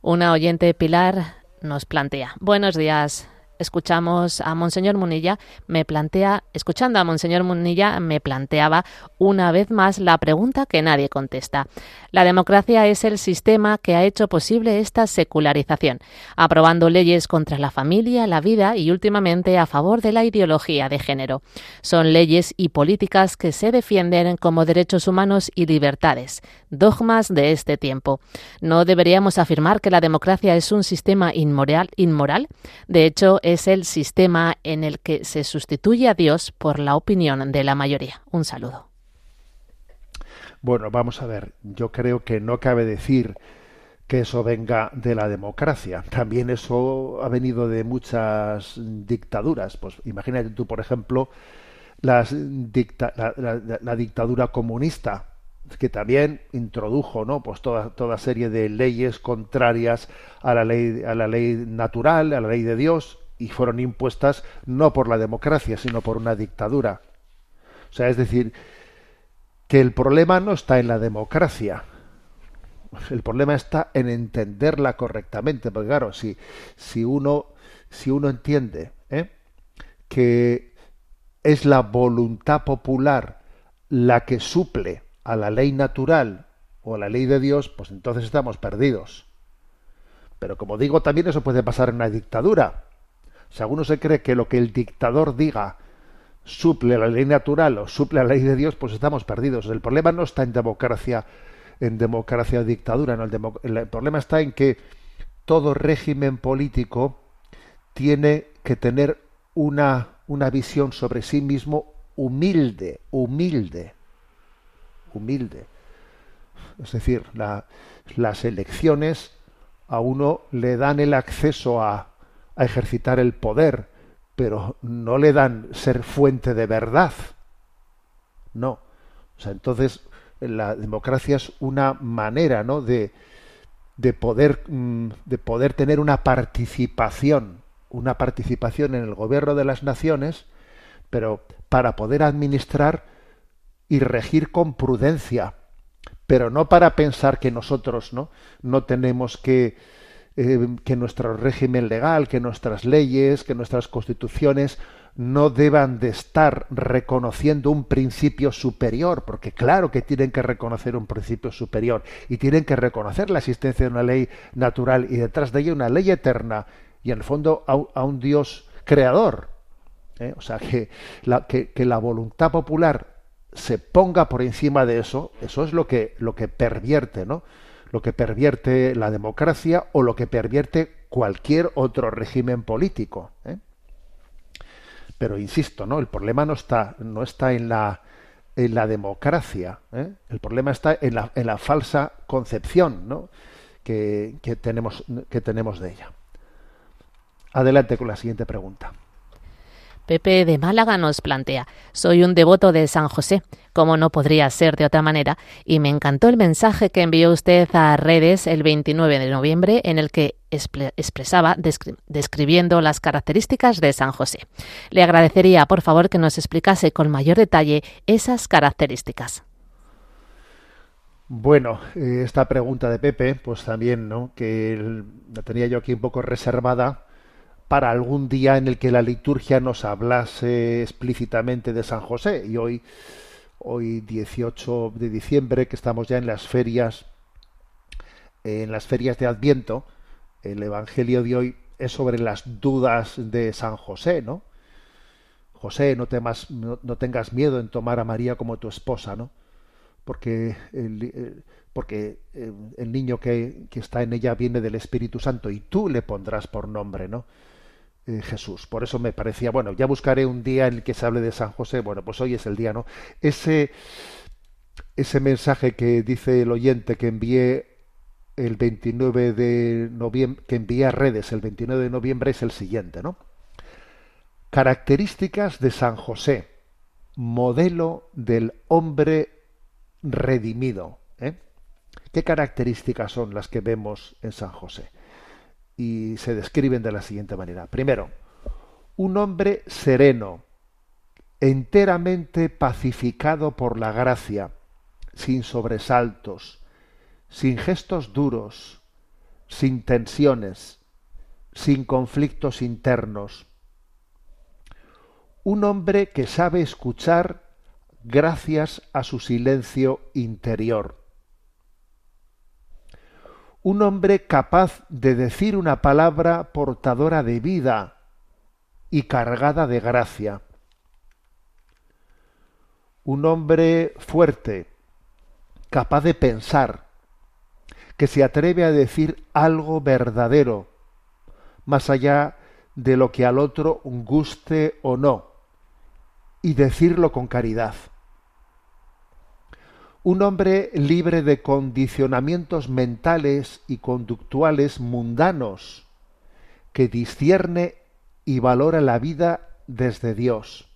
Una oyente, Pilar, nos plantea: buenos días. Escuchamos a Monseñor Munilla, me plantea, escuchando a Monseñor Munilla, me planteaba una vez más la pregunta que nadie contesta. La democracia es el sistema que ha hecho posible esta secularización, aprobando leyes contra la familia, la vida y últimamente a favor de la ideología de género. Son leyes y políticas que se defienden como derechos humanos y libertades, dogmas de este tiempo. ¿No deberíamos afirmar que la democracia es un sistema inmoral? inmoral? De hecho, es el sistema en el que se sustituye a Dios por la opinión de la mayoría. Un saludo. Bueno, vamos a ver. Yo creo que no cabe decir que eso venga de la democracia. También eso ha venido de muchas dictaduras. Pues imagínate tú, por ejemplo, las dicta la, la, la dictadura comunista, que también introdujo, ¿no?, pues toda toda serie de leyes contrarias a la ley a la ley natural, a la ley de Dios, y fueron impuestas no por la democracia, sino por una dictadura. O sea, es decir, que el problema no está en la democracia. El problema está en entenderla correctamente, porque claro, si si uno si uno entiende, ¿eh?, que es la voluntad popular la que suple a la ley natural o a la ley de Dios, pues entonces estamos perdidos. Pero como digo, también eso puede pasar en una dictadura. Si alguno se cree que lo que el dictador diga suple a la ley natural o suple a la ley de Dios, pues estamos perdidos. El problema no está en democracia, en democracia o dictadura, no. El, demo, el problema está en que todo régimen político tiene que tener una, una visión sobre sí mismo humilde, humilde. humilde. Es decir, la, las elecciones a uno le dan el acceso a, a ejercitar el poder, pero no le dan ser fuente de verdad. No. O sea, entonces la democracia es una manera, ¿no?, de, de poder de poder tener una participación, una participación en el gobierno de las naciones, pero para poder administrar y regir con prudencia, pero no para pensar que nosotros no, no tenemos que, eh, que nuestro régimen legal, que nuestras leyes, que nuestras constituciones no deban de estar reconociendo un principio superior, porque claro que tienen que reconocer un principio superior y tienen que reconocer la existencia de una ley natural y detrás de ella una ley eterna y en el fondo a, a un Dios creador. ¿Eh? O sea, que la, que, que la voluntad popular se ponga por encima de eso, eso es lo que lo que pervierte, ¿no? Lo que pervierte la democracia o lo que pervierte cualquier otro régimen político, ¿eh? Pero insisto, ¿no? El problema no está no está en la en la democracia, ¿eh? El problema está en la en la falsa concepción, ¿no?, que, que tenemos que tenemos de ella. Adelante con la siguiente pregunta. Pepe de Málaga nos plantea: soy un devoto de San José, como no podría ser de otra manera, y me encantó el mensaje que envió usted a redes el veintinueve de noviembre en el que expresaba descri- describiendo las características de San José. Le agradecería, por favor, que nos explicase con mayor detalle esas características. Bueno, eh, esta pregunta de Pepe, pues también, ¿no?, que el, la tenía yo aquí un poco reservada para algún día en el que la liturgia nos hablase explícitamente de San José. Y hoy, hoy dieciocho de diciembre, que estamos ya en las ferias, en las ferias de Adviento, el Evangelio de hoy es sobre las dudas de San José, ¿no? José, no temas, no, no tengas miedo en tomar a María como tu esposa, ¿no? Porque el, el, porque el niño que, que está en ella viene del Espíritu Santo y tú le pondrás por nombre, ¿no?, Eh, Jesús. Por eso me parecía, bueno, ya buscaré un día en el que se hable de San José. Bueno, pues hoy es el día, ¿no? Ese, ese mensaje que dice el oyente que envié el veintinueve de noviembre, que envié a redes el veintinueve de noviembre, es el siguiente, ¿no? Características de San José, modelo del hombre redimido, ¿eh? ¿Qué características son las que vemos en San José? Y se describen de la siguiente manera. Primero, un hombre sereno, enteramente pacificado por la gracia, sin sobresaltos, sin gestos duros, sin tensiones, sin conflictos internos. Un hombre que sabe escuchar gracias a su silencio interior. Un hombre capaz de decir una palabra portadora de vida y cargada de gracia. Un hombre fuerte, capaz de pensar, que se atreve a decir algo verdadero, más allá de lo que al otro guste o no, y decirlo con caridad. Un hombre libre de condicionamientos mentales y conductuales mundanos, que discierne y valora la vida desde Dios.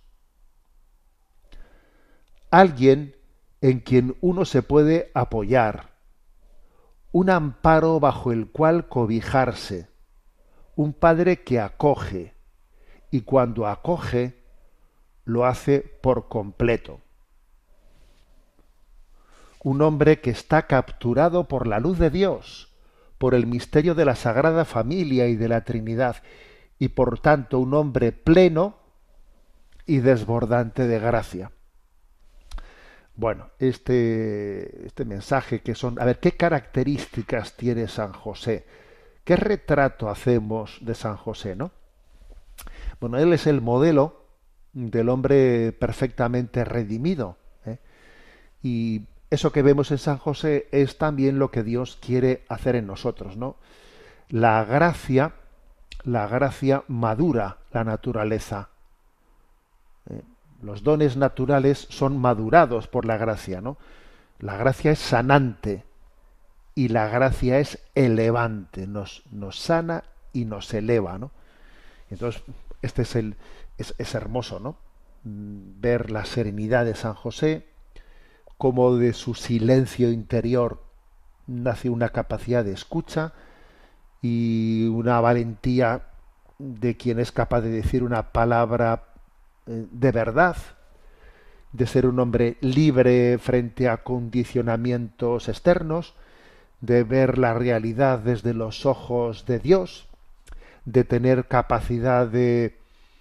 Alguien en quien uno se puede apoyar, un amparo bajo el cual cobijarse, un padre que acoge, y cuando acoge, lo hace por completo. Un hombre que está capturado por la luz de Dios, por el misterio de la Sagrada Familia y de la Trinidad, y por tanto un hombre pleno y desbordante de gracia. Bueno, este, este mensaje que son... A ver, ¿qué características tiene San José? ¿Qué retrato hacemos de San José, no? Bueno, él es el modelo del hombre perfectamente redimido, ¿eh? Y eso que vemos en San José es también lo que Dios quiere hacer en nosotros, ¿no? La gracia, la gracia madura la naturaleza. ¿eh? Los dones naturales son madurados por la gracia, ¿no? La gracia es sanante y la gracia es elevante, nos, nos sana y nos eleva, ¿no? Entonces, este es el es, es hermoso, ¿no? Ver la serenidad de San José, como de su silencio interior nace una capacidad de escucha y una valentía de quien es capaz de decir una palabra de verdad, de ser un hombre libre frente a condicionamientos externos, de ver la realidad desde los ojos de Dios, de tener capacidad de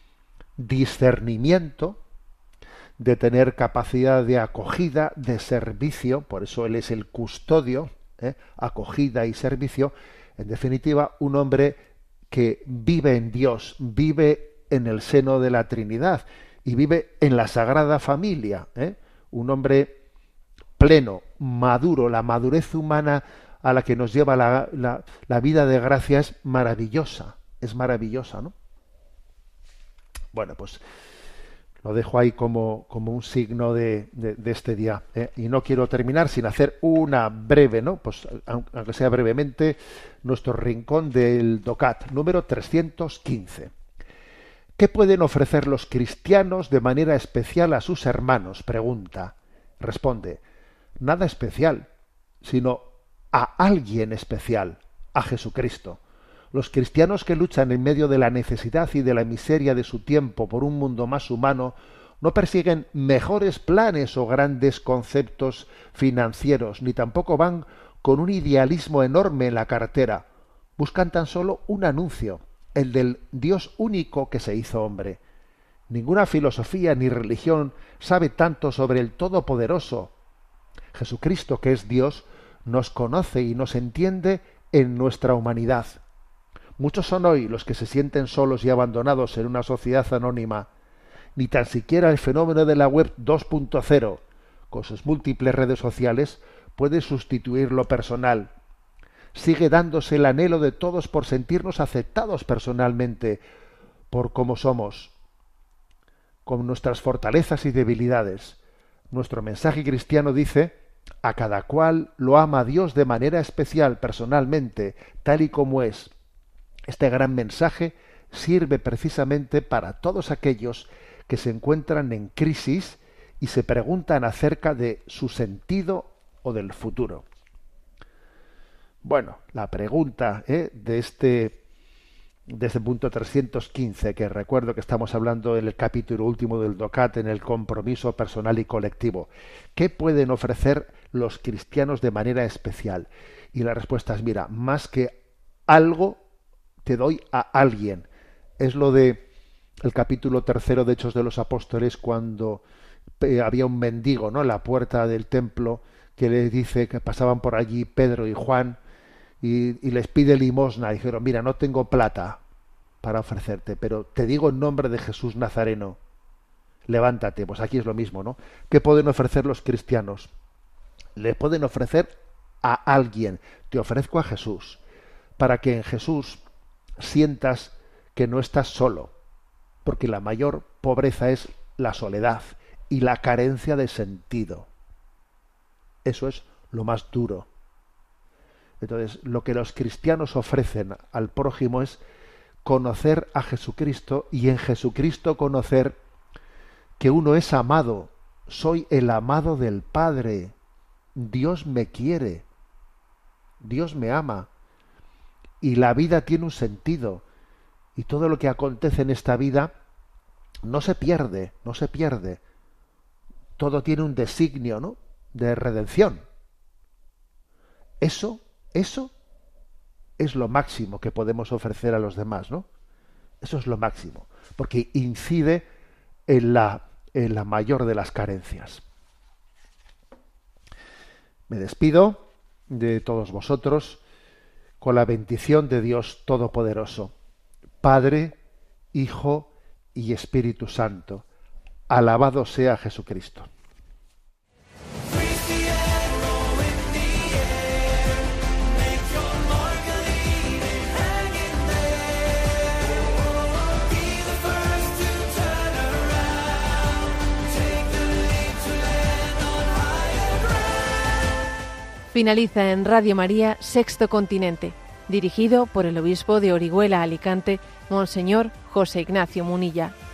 discernimiento, de tener capacidad de acogida, de servicio, por eso él es el custodio, ¿eh? acogida y servicio, en definitiva, un hombre que vive en Dios, vive en el seno de la Trinidad y vive en la Sagrada Familia, ¿eh? un hombre pleno, maduro. La madurez humana a la que nos lleva la, la, la vida de gracia es maravillosa, es maravillosa, ¿no? Bueno, pues lo dejo ahí como, como un signo de, de, de este día, ¿eh? Y no quiero terminar sin hacer una breve, ¿no? Pues aunque sea brevemente, nuestro rincón del DOCAT, número trescientos quince. ¿Qué pueden ofrecer los cristianos de manera especial a sus hermanos? Pregunta. Responde, nada especial, sino a alguien especial, a Jesucristo. Los cristianos que luchan en medio de la necesidad y de la miseria de su tiempo por un mundo más humano no persiguen mejores planes o grandes conceptos financieros, ni tampoco van con un idealismo enorme en la cartera. Buscan tan solo un anuncio, el del Dios único que se hizo hombre. Ninguna filosofía ni religión sabe tanto sobre el Todopoderoso. Jesucristo, que es Dios, nos conoce y nos entiende en nuestra humanidad. Muchos son hoy los que se sienten solos y abandonados en una sociedad anónima. Ni tan siquiera el fenómeno de la web dos punto cero, con sus múltiples redes sociales, puede sustituir lo personal. Sigue dándose el anhelo de todos por sentirnos aceptados personalmente, por cómo somos, con nuestras fortalezas y debilidades. Nuestro mensaje cristiano dice: a cada cual lo ama Dios de manera especial, personalmente, tal y como es. Este gran mensaje sirve precisamente para todos aquellos que se encuentran en crisis y se preguntan acerca de su sentido o del futuro. Bueno, la pregunta ¿eh? de este de este punto trescientos quince, que recuerdo que estamos hablando en el capítulo último del DOCAT, en el compromiso personal y colectivo. ¿Qué pueden ofrecer los cristianos de manera especial? Y la respuesta es, mira, más que algo, te doy a alguien. Es lo de el capítulo tercero de Hechos de los Apóstoles, cuando eh, había un mendigo, ¿no?, en la puerta del templo, que le dice que pasaban por allí Pedro y Juan y, y les pide limosna. Y dijeron, mira, no tengo plata para ofrecerte, pero te digo en nombre de Jesús Nazareno, levántate. Pues aquí es lo mismo, ¿no? ¿Qué pueden ofrecer los cristianos? Le pueden ofrecer a alguien. Te ofrezco a Jesús, para que en Jesús sientas que no estás solo, porque la mayor pobreza es la soledad y la carencia de sentido. Eso es lo más duro. Entonces, lo que los cristianos ofrecen al prójimo es conocer a Jesucristo, y en Jesucristo conocer que uno es amado. Soy el amado del Padre. Dios me quiere. Dios me ama. Y la vida tiene un sentido. Y todo lo que acontece en esta vida no se pierde, no se pierde. Todo tiene un designio, ¿no?, de redención. Eso, eso es lo máximo que podemos ofrecer a los demás, ¿no? Eso es lo máximo, porque incide en la, en la mayor de las carencias. Me despido de todos vosotros con la bendición de Dios Todopoderoso, Padre, Hijo y Espíritu Santo. Alabado sea Jesucristo. Finaliza en Radio María Sexto Continente, dirigido por el obispo de Orihuela Alicante, Monseñor José Ignacio Munilla.